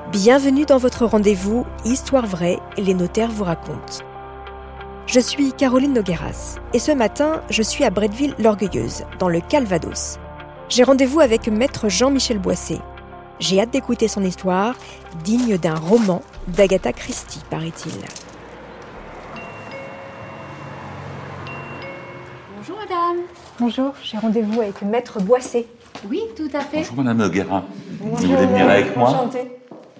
Bienvenue dans votre rendez-vous Histoire vraie, les notaires vous racontent. Je suis Caroline Nogueras et ce matin, je suis à Bretteville-l'Orgueilleuse, dans le Calvados. J'ai rendez-vous avec maître Jean-Michel Boissé. J'ai hâte d'écouter son histoire, digne d'un roman d'Agatha Christie, paraît-il. Bonjour madame. Bonjour, j'ai rendez-vous avec maître Boissé. Oui, tout à fait. Bonjour Madame Nogueras. Bonjour, Vous voulez venir avec moi? Enchantée.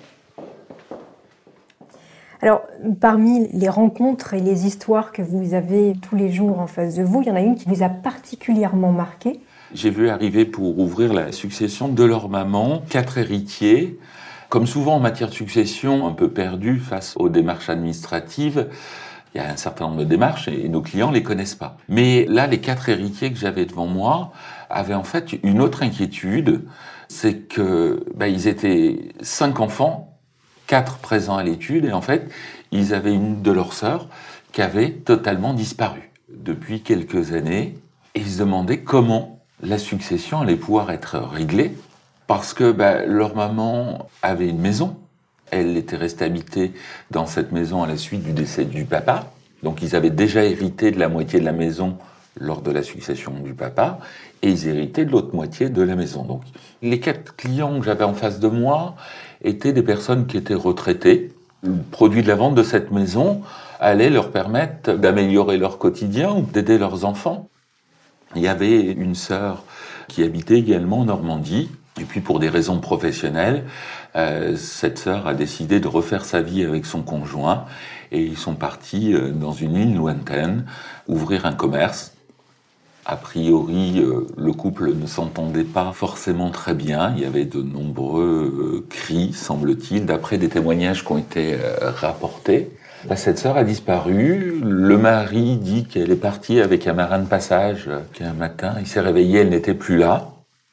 Alors, parmi les rencontres et les histoires que vous avez tous les jours en face de vous, il y en a une qui vous a particulièrement marqué. J'ai vu arriver pour ouvrir la succession de leur maman 4 héritiers. Comme souvent en matière de succession, un peu perdus face aux démarches administratives. Il y a un certain nombre de démarches et nos clients les connaissent pas. Mais là, les 4 héritiers que j'avais devant moi avaient en fait une autre inquiétude. C'est que ils étaient 5 enfants, 4 présents à l'étude, et en fait, ils avaient une de leurs sœurs qui avait totalement disparu depuis quelques années. Et ils se demandaient comment la succession allait pouvoir être réglée, parce que leur maman avait une maison. Elle était restée habitée dans cette maison à la suite du décès du papa. Donc ils avaient déjà hérité de la moitié de la maison lors de la succession du papa, et ils héritaient de l'autre moitié de la maison. Donc les 4 clients que j'avais en face de moi étaient des personnes qui étaient retraitées. Le produit de la vente de cette maison allait leur permettre d'améliorer leur quotidien ou d'aider leurs enfants. Il y avait une sœur qui habitait également en Normandie, et puis pour des raisons professionnelles, cette sœur a décidé de refaire sa vie avec son conjoint, et ils sont partis dans une île lointaine ouvrir un commerce. A priori, le couple ne s'entendait pas forcément très bien. Il y avait de nombreux cris, semble-t-il, d'après des témoignages qui ont été rapportés. Cette sœur a disparu. Le mari dit qu'elle est partie avec un marin de passage, qu'un matin, il s'est réveillé, elle n'était plus là.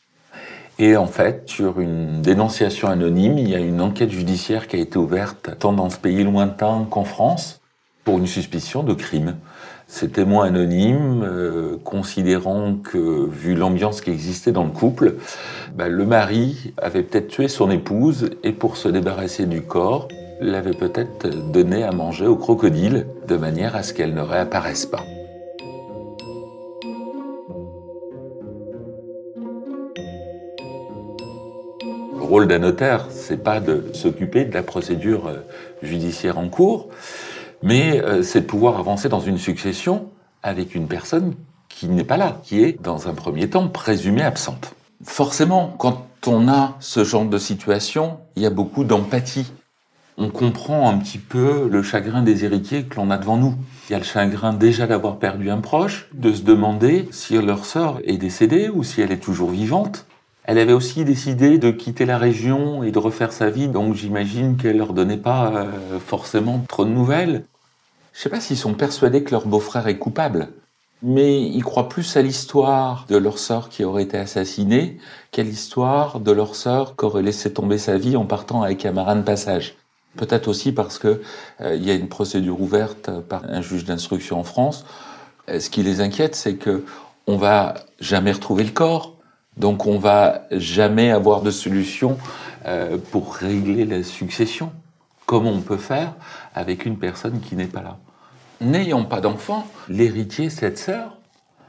Et en fait, sur une dénonciation anonyme, il y a une enquête judiciaire qui a été ouverte tant dans ce pays lointain qu'en France pour une suspicion de crime. Ces témoins anonymes, considérant que, vu l'ambiance qui existait dans le couple, le mari avait peut-être tué son épouse et pour se débarrasser du corps, l'avait peut-être donné à manger au crocodile de manière à ce qu'elle ne réapparaisse pas. Le rôle d'un notaire, c'est pas de s'occuper de la procédure judiciaire en cours, mais c'est de pouvoir avancer dans une succession avec une personne qui n'est pas là, qui est, dans un premier temps, présumée absente. Forcément, quand on a ce genre de situation, il y a beaucoup d'empathie. On comprend un petit peu le chagrin des héritiers que l'on a devant nous. Il y a le chagrin déjà d'avoir perdu un proche, de se demander si leur sœur est décédée ou si elle est toujours vivante. Elle avait aussi décidé de quitter la région et de refaire sa vie, donc j'imagine qu'elle leur donnait pas forcément trop de nouvelles. Je sais pas s'ils sont persuadés que leur beau-frère est coupable, mais ils croient plus à l'histoire de leur sœur qui aurait été assassinée qu'à l'histoire de leur sœur qui aurait laissé tomber sa vie en partant avec un marin de passage. Peut-être aussi parce que il y a une procédure ouverte par un juge d'instruction en France. Ce qui les inquiète, c'est que on va jamais retrouver le corps. Donc on va jamais avoir de solution pour régler la succession. Comment on peut faire avec une personne qui n'est pas là? N'ayant pas d'enfant, l'héritier, cette sœur,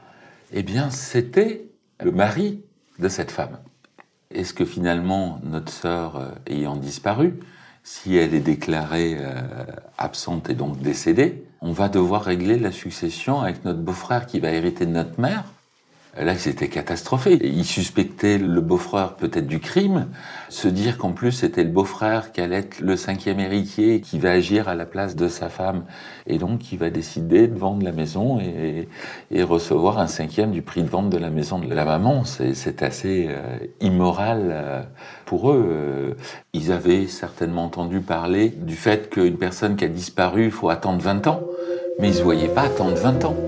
c'était le mari de cette femme. Est-ce que finalement, notre sœur ayant disparu, si elle est déclarée absente et donc décédée, on va devoir régler la succession avec notre beau-frère qui va hériter de notre mère? Là, c'était catastrophé. Ils suspectaient le beau-frère peut-être du crime. Se dire qu'en plus, c'était le beau-frère qui allait être le 5e héritier qui va agir à la place de sa femme. Et donc, qui va décider de vendre la maison et recevoir un 5e du prix de vente de la maison de la maman. C'est assez immoral pour eux. Ils avaient certainement entendu parler du fait qu'une personne qui a disparu, il faut attendre 20 ans. Mais ils ne se voyaient pas attendre 20 ans.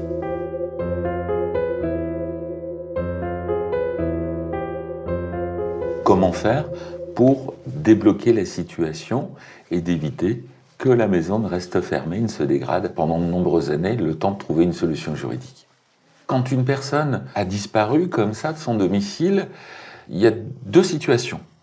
Comment faire pour débloquer la situation et d'éviter que la maison ne reste fermée, ne se dégrade pendant de nombreuses années, le temps de trouver une solution juridique. Quand une personne a disparu comme ça de son domicile, il y a 2 situations.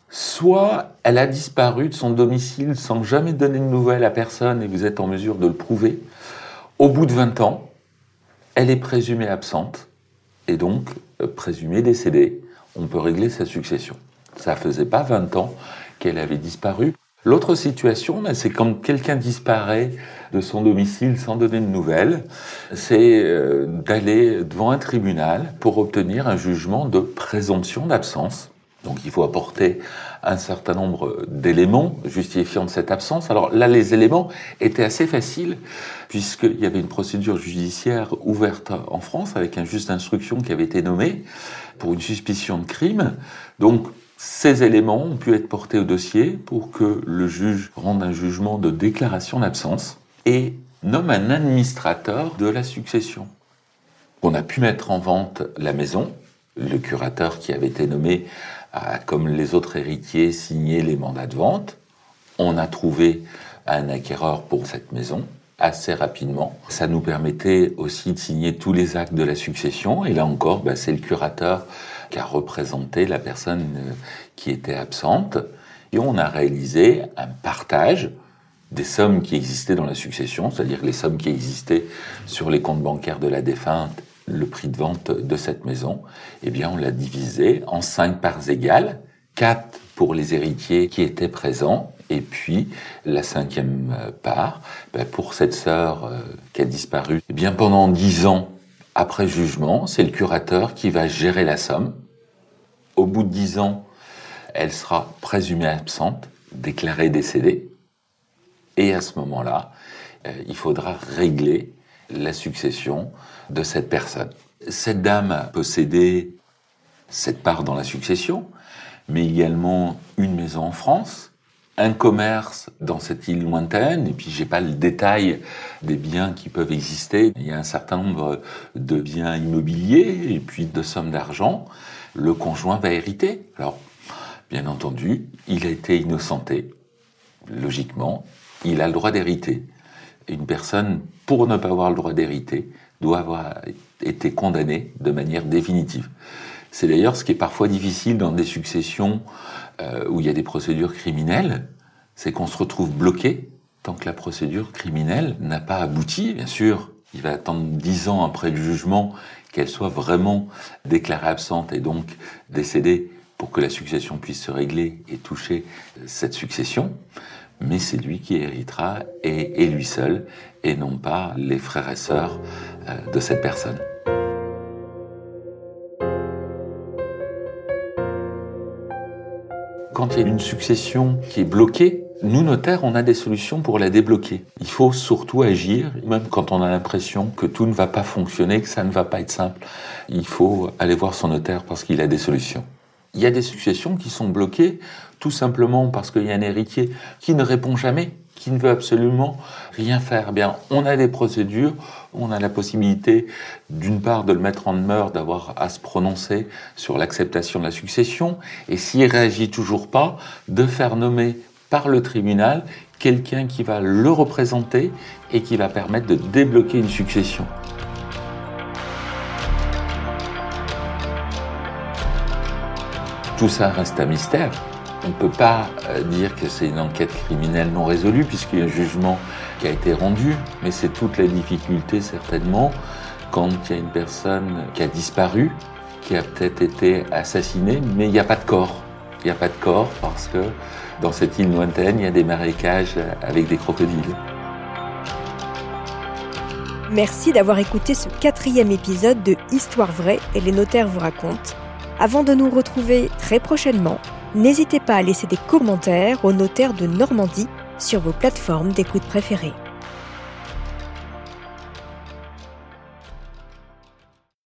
soit elle a disparu de son domicile sans jamais donner de nouvelles à personne et vous êtes en mesure de le prouver. Au bout de 20 ans, elle est présumée absente et donc présumée décédée. On peut régler sa succession. Ça ne faisait pas 20 ans qu'elle avait disparu. L'autre situation, c'est quand quelqu'un disparaît de son domicile sans donner de nouvelles, c'est d'aller devant un tribunal pour obtenir un jugement de présomption d'absence. Donc il faut apporter un certain nombre d'éléments justifiant de cette absence. Alors là, les éléments étaient assez faciles, puisqu'il y avait une procédure judiciaire ouverte en France avec un juge d'instruction qui avait été nommé pour une suspicion de crime. Donc ces éléments ont pu être portés au dossier pour que le juge rende un jugement de déclaration d'absence et nomme un administrateur de la succession. On a pu mettre en vente la maison. Le curateur qui avait été nommé a, comme les autres héritiers, signé les mandats de vente. On a trouvé un acquéreur pour cette maison assez rapidement. Ça nous permettait aussi de signer tous les actes de la succession. Et là encore, c'est le curateur qui a représenté la personne qui était absente. Et on a réalisé un partage des sommes qui existaient dans la succession, c'est-à-dire les sommes qui existaient sur les comptes bancaires de la défunte, le prix de vente de cette maison, on l'a divisé en 5 parts égales, 4 pour les héritiers qui étaient présents, et puis la 5e part pour cette sœur qui a disparu. Pendant 10 ans après jugement, c'est le curateur qui va gérer la somme. Au bout de 10 ans, elle sera présumée absente, déclarée décédée, et à ce moment-là, il faudra régler la succession de cette personne. Cette dame possédait cette part dans la succession, mais également une maison en France, un commerce dans cette île lointaine, et puis j'ai pas le détail des biens qui peuvent exister. Il y a un certain nombre de biens immobiliers et puis de sommes d'argent. Le conjoint va hériter. Alors, bien entendu, il a été innocenté. Logiquement, il a le droit d'hériter. Une personne, pour ne pas avoir le droit d'hériter, doit avoir été condamnée de manière définitive. C'est d'ailleurs ce qui est parfois difficile dans des successions où il y a des procédures criminelles, c'est qu'on se retrouve bloqué tant que la procédure criminelle n'a pas abouti. Bien sûr, il va attendre 10 ans après le jugement qu'elle soit vraiment déclarée absente et donc décédée pour que la succession puisse se régler et toucher cette succession. Mais c'est lui qui héritera et lui seul, et non pas les frères et sœurs de cette personne. Quand il y a une succession qui est bloquée, nous, notaires, on a des solutions pour la débloquer. Il faut surtout agir, même quand on a l'impression que tout ne va pas fonctionner, que ça ne va pas être simple. Il faut aller voir son notaire parce qu'il a des solutions. Il y a des successions qui sont bloquées tout simplement parce qu'il y a un héritier qui ne répond jamais, qui ne veut absolument rien faire. On a des procédures, on a la possibilité, d'une part, de le mettre en demeure, d'avoir à se prononcer sur l'acceptation de la succession, et s'il ne réagit toujours pas, de faire nommer par le tribunal quelqu'un qui va le représenter et qui va permettre de débloquer une succession. Tout ça reste un mystère. On ne peut pas dire que c'est une enquête criminelle non résolue puisqu'il y a un jugement qui a été rendu, mais c'est toute la difficulté certainement quand il y a une personne qui a disparu, qui a peut-être été assassinée, mais il n'y a pas de corps. Il n'y a pas de corps parce que dans cette île lointaine, il y a des marécages avec des crocodiles. Merci d'avoir écouté ce 4e épisode de Histoire vraie et les notaires vous racontent. Avant de nous retrouver très prochainement, n'hésitez pas à laisser des commentaires aux notaires de Normandie sur vos plateformes d'écoute préférées.